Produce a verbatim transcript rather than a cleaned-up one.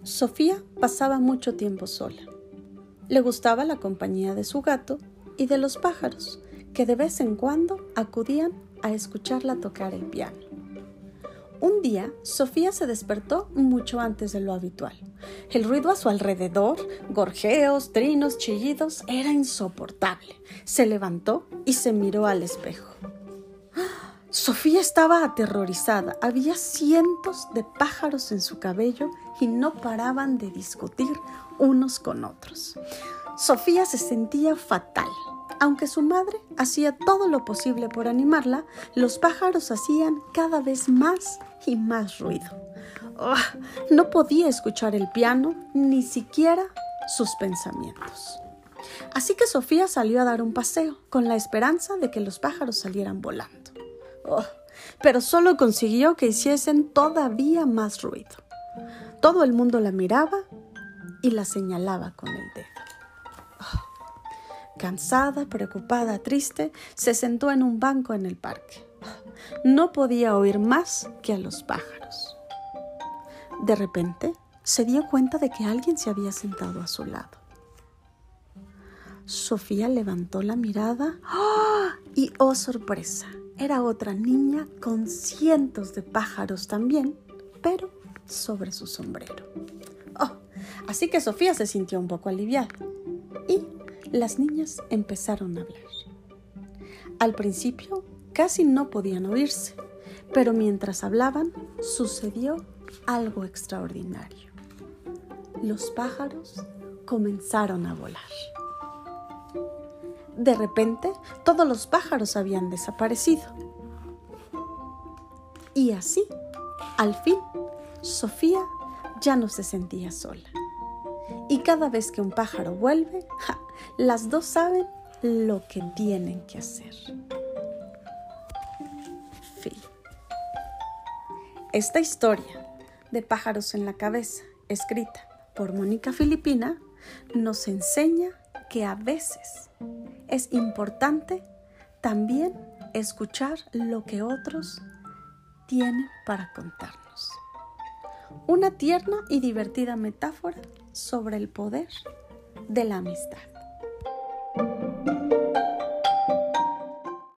Sofía pasaba mucho tiempo sola. Le gustaba la compañía de su gato y de los pájaros, que de vez en cuando acudían a escucharla tocar el piano. Un día, Sofía se despertó mucho antes de lo habitual. El ruido a su alrededor, gorjeos, trinos, chillidos, era insoportable. Se levantó y se miró al espejo. Sofía estaba aterrorizada. Había cientos de pájaros en su cabello y no paraban de discutir unos con otros. Sofía se sentía fatal. Aunque su madre hacía todo lo posible por animarla, los pájaros hacían cada vez más y más ruido. Oh, no podía escuchar el piano, ni siquiera sus pensamientos. Así que Sofía salió a dar un paseo con la esperanza de que los pájaros salieran volando. Oh, pero solo consiguió que hiciesen todavía más ruido. Todo el mundo la miraba y la señalaba con el dedo. Oh, cansada, preocupada, triste, se sentó en un banco en el parque. No podía oír más que a los pájaros. De repente, se dio cuenta de que alguien se había sentado a su lado. Sofía levantó la mirada ¡oh! y, ¡oh sorpresa! Era otra niña con cientos de pájaros también, pero sobre su sombrero. Oh, así que Sofía se sintió un poco aliviada y las niñas empezaron a hablar. Al principio casi no podían oírse, pero mientras hablaban sucedió algo extraordinario. Los pájaros comenzaron a volar. De repente, todos los pájaros habían desaparecido. Y así, al fin, Sofía ya no se sentía sola. Y cada vez que un pájaro vuelve, ja, las dos saben lo que tienen que hacer. Fin. Esta historia de Pájaros en la Cabeza, escrita por Mónica Filipina, nos enseña que a veces es importante también escuchar lo que otros tienen para contarnos. Una tierna y divertida metáfora sobre el poder de la amistad.